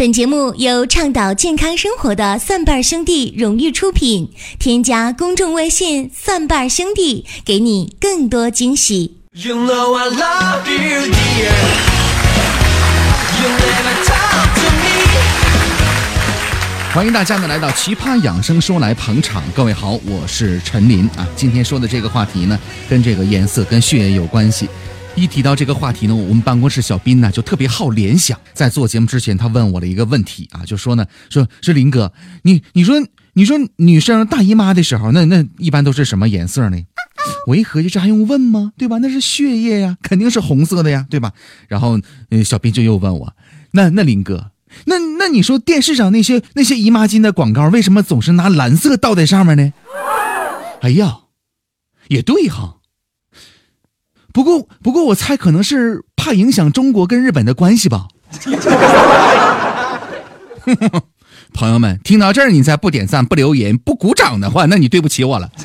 本节目由倡导健康生活的蒜瓣兄弟荣誉出品，添加公众微信蒜瓣兄弟，给你更多惊喜。 You know I love you, dear. You never talk to me. 欢迎大家呢来到奇葩养生说来捧场。各位好，我是陈林啊。今天说的这个话题呢，跟这个颜色跟血液有关系。一提到这个话题呢，我们办公室小斌呢就特别好联想。在做节目之前，他问我了一个问题啊，就说呢，说林哥，你说女生大姨妈的时候，那一般都是什么颜色呢？我一合计，这还用问吗？对吧？那是血液呀，肯定是红色的呀，对吧？然后小斌就又问我，那林哥，那你说电视上那些姨妈巾的广告，为什么总是拿蓝色倒在上面呢？哎呀，也对哈。不过我猜可能是怕影响中国跟日本的关系吧。朋友们，听到这儿你再不点赞、不留言、不鼓掌的话，那你对不起我了。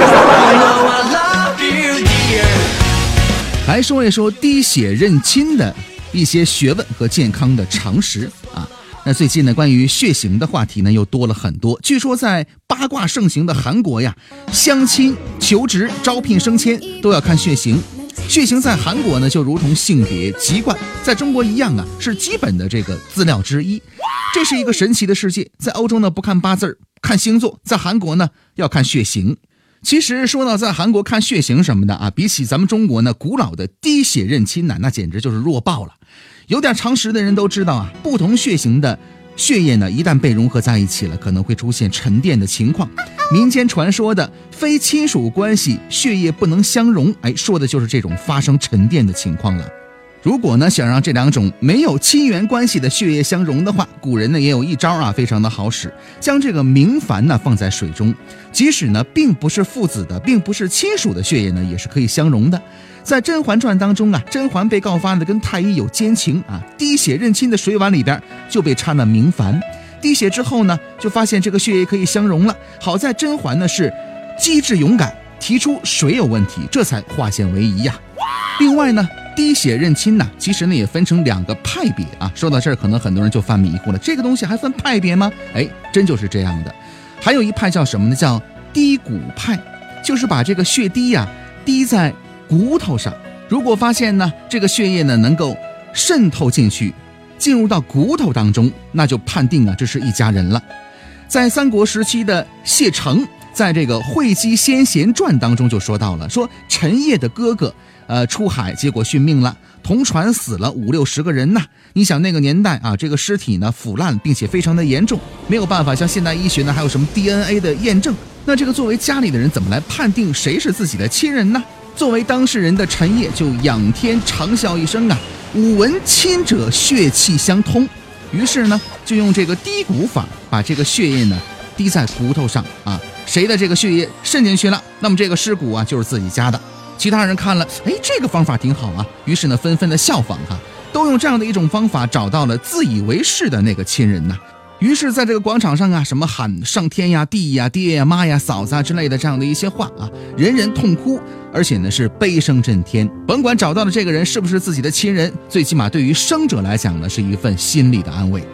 来说一说滴血认亲的一些学问和健康的常识啊。那最近呢，关于血型的话题呢又多了很多。据说在八卦盛行的韩国呀，相亲、求职、招聘、升迁都要看血型。血型在韩国呢就如同性别、籍贯在中国一样啊，是基本的这个资料之一。这是一个神奇的世界。在欧洲呢不看八字看星座，在韩国呢要看血型。其实说到在韩国看血型什么的啊，比起咱们中国呢古老的滴血认亲呢，那简直就是弱爆了。有点常识的人都知道啊，不同血型的血液呢一旦被融合在一起了，可能会出现沉淀的情况。民间传说的非亲属关系血液不能相融，说的就是这种发生沉淀的情况了。如果呢想让这两种没有亲缘关系的血液相融的话，古人呢也有一招啊，非常的好使，将这个明矾呢放在水中，即使呢并不是父子的，并不是亲属的血液呢，也是可以相融的。在《甄嬛传》当中啊，甄嬛被告发的跟太医有奸情啊，滴血认亲的水碗里边就被掺了明矾，滴血之后呢，就发现这个血液可以相融了。好在甄嬛呢是机智勇敢，提出水有问题，这才化险为夷呀。另外呢，滴血认亲呢，其实呢也分成两个派别啊。说到这儿，可能很多人就犯迷糊了，这个东西还分派别吗？真就是这样的。还有一派叫什么呢？叫滴骨派，就是把这个血滴呀滴在骨头上，如果发现呢这个血液呢能够渗透进去，进入到骨头当中，那就判定啊这是一家人了。在三国时期的谢承，在这个《会稽先贤传》当中就说到了，说陈烨的哥哥出海结果殉命了，同船死了50-60个人呐。你想那个年代啊，这个尸体呢腐烂并且非常的严重，没有办法像现代医学呢还有什么 DNA 的验证，那这个作为家里的人怎么来判定谁是自己的亲人呢？作为当事人的陈烨就仰天长啸一声啊，吾闻亲者血气相通。于是呢就用这个滴骨法把这个血液呢滴在骨头上啊，谁的这个血液渗进去了，那么这个尸骨啊就是自己家的。其他人看了，这个方法挺好啊，于是呢纷纷的效仿哈，都用这样的一种方法找到了自以为是的那个亲人呐。于是在这个广场上啊，什么喊上天呀、地呀、爹呀、妈呀、嫂子啊之类的这样的一些话啊，人人痛哭，而且呢是悲声震天。甭管找到的这个人是不是自己的亲人，最起码对于生者来讲呢，是一份心理的安慰。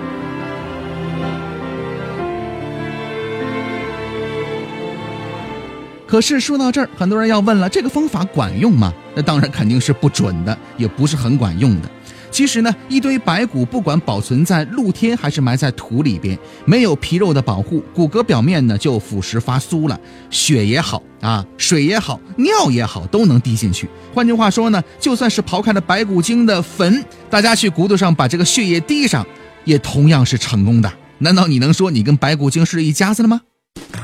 可是说到这儿，很多人要问了，这个方法管用吗？那当然肯定是不准的，也不是很管用的。其实呢，一堆白骨不管保存在露天还是埋在土里边，没有皮肉的保护，骨骼表面呢就腐蚀发酥了，血也好啊，水也好，尿也好，都能滴进去。换句话说呢，就算是刨开了白骨精的坟，大家去骨头上把这个血液滴上，也同样是成功的。难道你能说你跟白骨精是一家子了吗？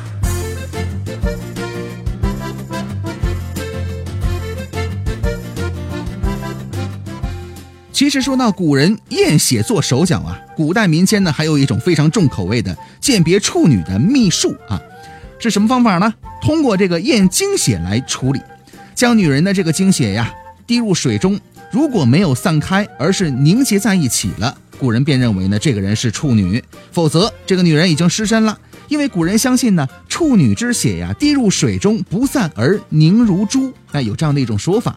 其实说到古人验血做手脚啊，古代民间呢还有一种非常重口味的鉴别处女的秘术啊，是什么方法呢？通过这个验精血来处理，将女人的这个精血呀滴入水中，如果没有散开，而是凝结在一起了，古人便认为呢这个人是处女，否则这个女人已经失身了。因为古人相信呢，处女之血呀滴入水中不散而凝如珠，有这样的一种说法。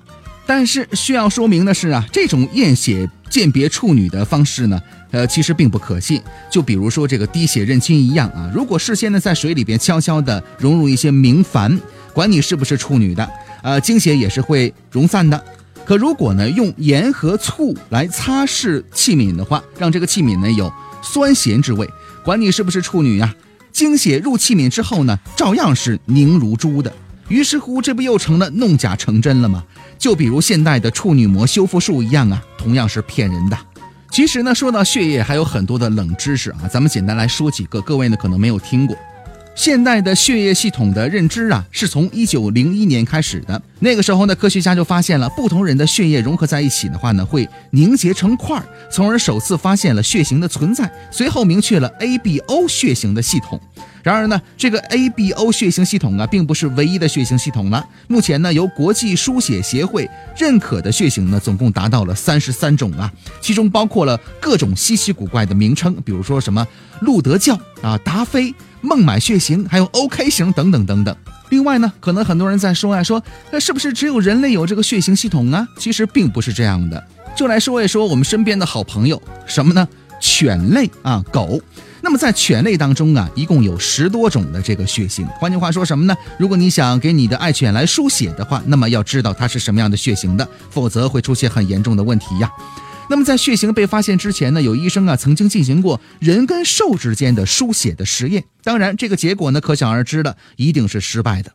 但是需要说明的是啊，这种验血鉴别处女的方式呢，其实并不可信。就比如说这个滴血认亲一样啊，如果事先呢在水里边悄悄的融入一些明矾，管你是不是处女的，精血也是会溶散的。可如果呢用盐和醋来擦拭器皿的话，让这个器皿呢有酸咸之味，管你是不是处女啊，精血入器皿之后呢，照样是凝如珠的。于是乎，这不又成了弄假成真了吗？就比如现代的处女膜修复术一样啊，同样是骗人的。其实呢，说到血液还有很多的冷知识啊，咱们简单来说几个，各位呢可能没有听过。现代的血液系统的认知啊，是从1901年开始的。那个时候呢，科学家就发现了不同人的血液融合在一起的话呢，会凝结成块，从而首次发现了血型的存在，随后明确了 ABO 血型的系统。然而呢，这个 ABO 血型系统啊，并不是唯一的血型系统了。目前呢，由国际输血协会认可的血型呢，总共达到了33种啊，其中包括了各种稀奇古怪的名称，比如说什么路德教啊、达菲、孟买血型，还有 OK 型等等等等。另外呢，可能很多人在说那是不是只有人类有这个血型系统啊？其实并不是这样的。就来说一说我们身边的好朋友，什么呢？犬类啊，狗。那么在犬类当中啊，一共有10多种的这个血型。换句话说什么呢？如果你想给你的爱犬来输血的话，那么要知道它是什么样的血型的，否则会出现很严重的问题呀。那么在血型被发现之前呢，有医生啊曾经进行过人跟兽之间的输血的实验，当然这个结果呢可想而知了，一定是失败的。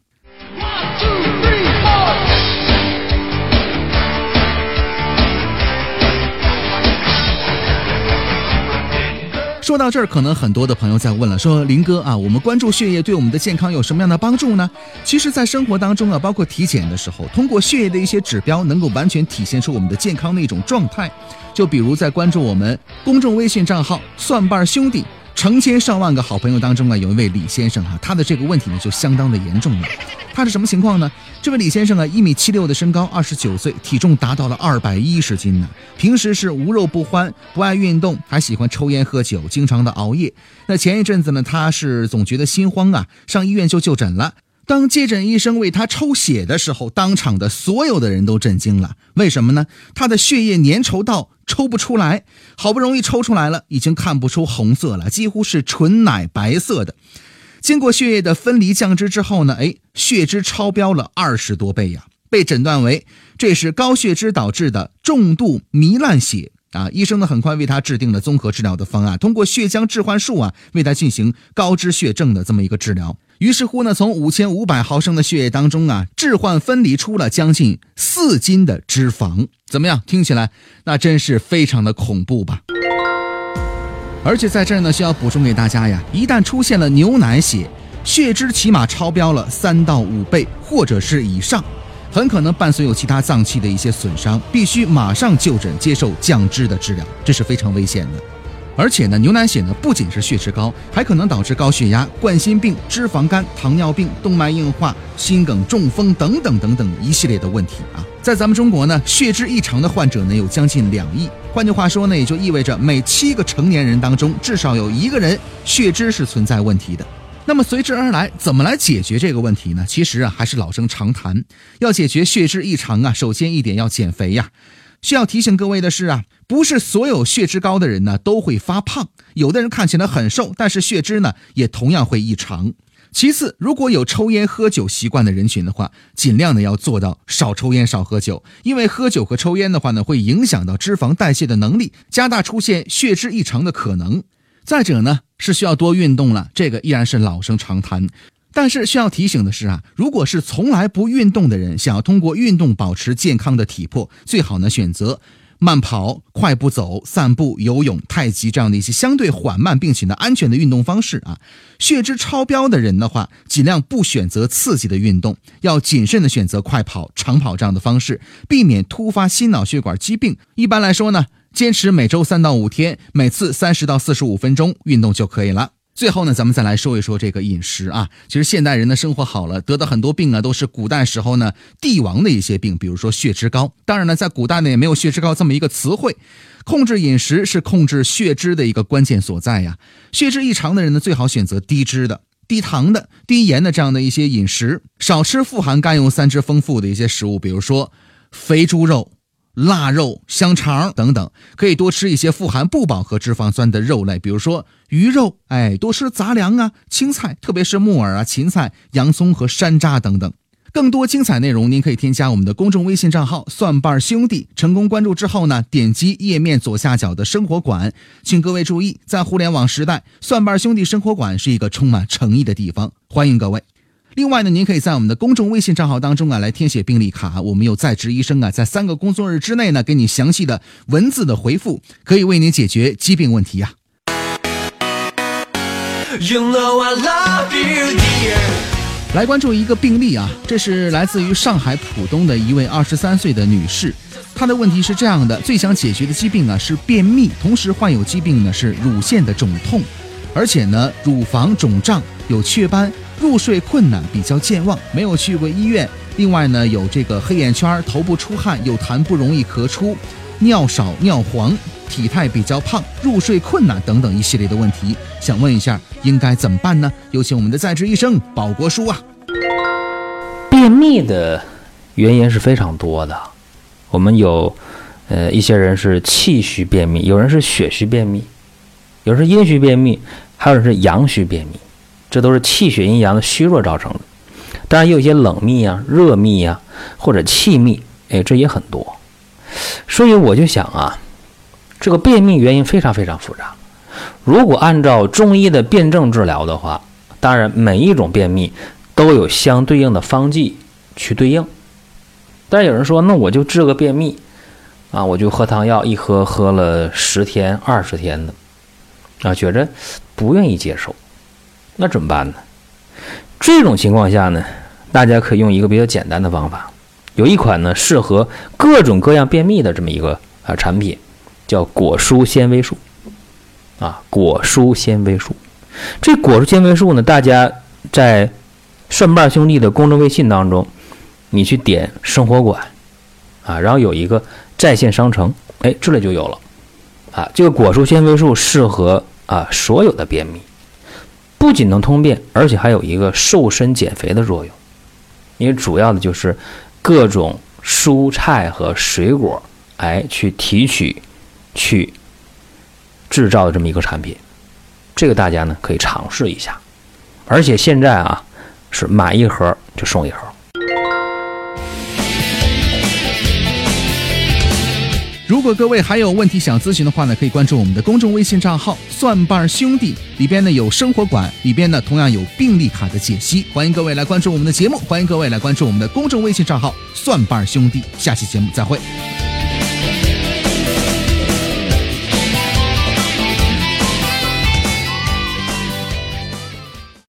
说到这儿，可能很多的朋友在问了，说林哥啊，我们关注血液对我们的健康有什么样的帮助呢？其实在生活当中啊，包括体检的时候，通过血液的一些指标能够完全体现出我们的健康的一种状态。就比如在关注我们公众微信账号蒜瓣兄弟成千上万个好朋友当中啊，有一位李先生啊，他的这个问题呢就相当的严重了。他是什么情况呢？这位李先生啊，1.76米的身高，29岁，体重达到了210斤呢。平时是无肉不欢，不爱运动，还喜欢抽烟喝酒，经常的熬夜。那前一阵子呢，他是总觉得心慌啊，上医院就诊了。当接诊医生为他抽血的时候，当场的所有的人都震惊了。为什么呢？他的血液粘稠到抽不出来，好不容易抽出来了，已经看不出红色了，几乎是纯奶白色的。经过血液的分离降脂之后呢，血脂超标了20多倍呀，被诊断为这是高血脂导致的重度糜烂血啊。医生呢很快为他制定了综合治疗的方案，通过血浆置换术啊，为他进行高脂血症的这么一个治疗。于是乎呢，从5500毫升的血液当中啊，置换分离出了将近4斤的脂肪。怎么样？听起来那真是非常的恐怖吧？而且在这儿呢，需要补充给大家呀，一旦出现了牛奶血，血脂起码超标了3到5倍或者是以上，很可能伴随有其他脏器的一些损伤，必须马上就诊接受降脂的治疗，这是非常危险的。而且呢，牛奶血呢不仅是血脂高，还可能导致高血压、冠心病、脂肪肝、糖尿病、动脉硬化、心梗、中风等等等等一系列的问题啊。在咱们中国呢，血脂异常的患者呢有将近2亿，换句话说呢，也就意味着每7个成年人当中至少有1个人血脂是存在问题的。那么随之而来，怎么来解决这个问题呢？其实啊，还是老生常谈，要解决血脂异常啊，首先一点要减肥呀。需要提醒各位的是啊，不是所有血脂高的人呢都会发胖，有的人看起来很瘦，但是血脂呢也同样会异常。其次，如果有抽烟喝酒习惯的人群的话，尽量的要做到少抽烟少喝酒，因为喝酒和抽烟的话呢，会影响到脂肪代谢的能力，加大出现血脂异常的可能。再者呢，是需要多运动了，这个依然是老生常谈。但是需要提醒的是啊，如果是从来不运动的人，想要通过运动保持健康的体魄，最好呢选择慢跑、快步走、散步、游泳、太极这样的一些相对缓慢并且呢安全的运动方式啊。血脂超标的人的话，尽量不选择刺激的运动，要谨慎的选择快跑、长跑这样的方式，避免突发心脑血管疾病。一般来说呢，坚持每周3到5天，每次30到45分钟运动就可以了。最后呢，咱们再来说一说这个饮食啊。其实现代人的生活好了，得的很多病啊，都是古代时候呢帝王的一些病，比如说血脂高。当然呢，在古代呢也没有血脂高这么一个词汇。控制饮食是控制血脂的一个关键所在呀。血脂异常的人呢，最好选择低脂的、低糖的、低盐的这样的一些饮食，少吃富含甘油三酯丰富的一些食物，比如说肥猪肉、腊肉、香肠等等，可以多吃一些富含不饱和脂肪酸的肉类，比如说鱼肉，多吃杂粮啊、青菜，特别是木耳啊、芹菜、洋葱和山楂等等。更多精彩内容，您可以添加我们的公众微信账号蒜瓣兄弟，成功关注之后呢，点击页面左下角的生活馆。请各位注意，在互联网时代，蒜瓣兄弟生活馆是一个充满诚意的地方，欢迎各位。另外呢，您可以在我们的公众微信账号当中来填写病历卡，我们有在职医生在3个工作日之内呢，给你详细的文字的回复，可以为你解决疾病问题呀。 You know I love you, dear. 来关注一个病例这是来自于上海浦东的一位23岁的女士，她的问题是这样的，最想解决的疾病是便秘，同时患有疾病呢是乳腺的肿痛，而且呢乳房肿胀，有雀斑，入睡困难，比较健忘，没有去过医院。另外呢有这个黑眼圈，头部出汗，有痰不容易咳出，尿少尿黄，体态比较胖，入睡困难等等一系列的问题，想问一下应该怎么办呢？有请我们的在职医生保国叔便秘的原因是非常多的，我们有一些人是气虚便秘，有人是血虚便秘，有人是阴虚便秘，还有人是阳虚便秘，这都是气血阴阳的虚弱造成的。当然也有一些冷秘热秘或者气秘，这也很多。所以我就想这个便秘原因非常非常复杂。如果按照中医的辨证治疗的话，当然每一种便秘都有相对应的方剂去对应。但是有人说，那我就治个便秘我就喝汤药，一喝了10天20天的觉着不愿意接受，那怎么办呢？这种情况下呢，大家可以用一个比较简单的方法，有一款呢适合各种各样便秘的这么一个产品，叫果蔬纤维素果蔬纤维素。这果蔬纤维素呢，大家在蒜瓣兄弟的公众微信当中，你去点生活馆然后有一个在线商城，这里就有了这个果蔬纤维素适合所有的便秘，不仅能通便，而且还有一个瘦身减肥的作用。因为主要的就是各种蔬菜和水果去提取去制造的这么一个产品，这个大家呢可以尝试一下。而且现在是买一盒就送一盒。 如果各位还有问题想咨询的话呢，可以关注我们的公众微信账号蒜瓣兄弟，里边呢有生活馆，里边呢同样有病历卡的解析，欢迎各位来关注我们的节目，欢迎各位来关注我们的公众微信账号蒜瓣兄弟。下期节目再会。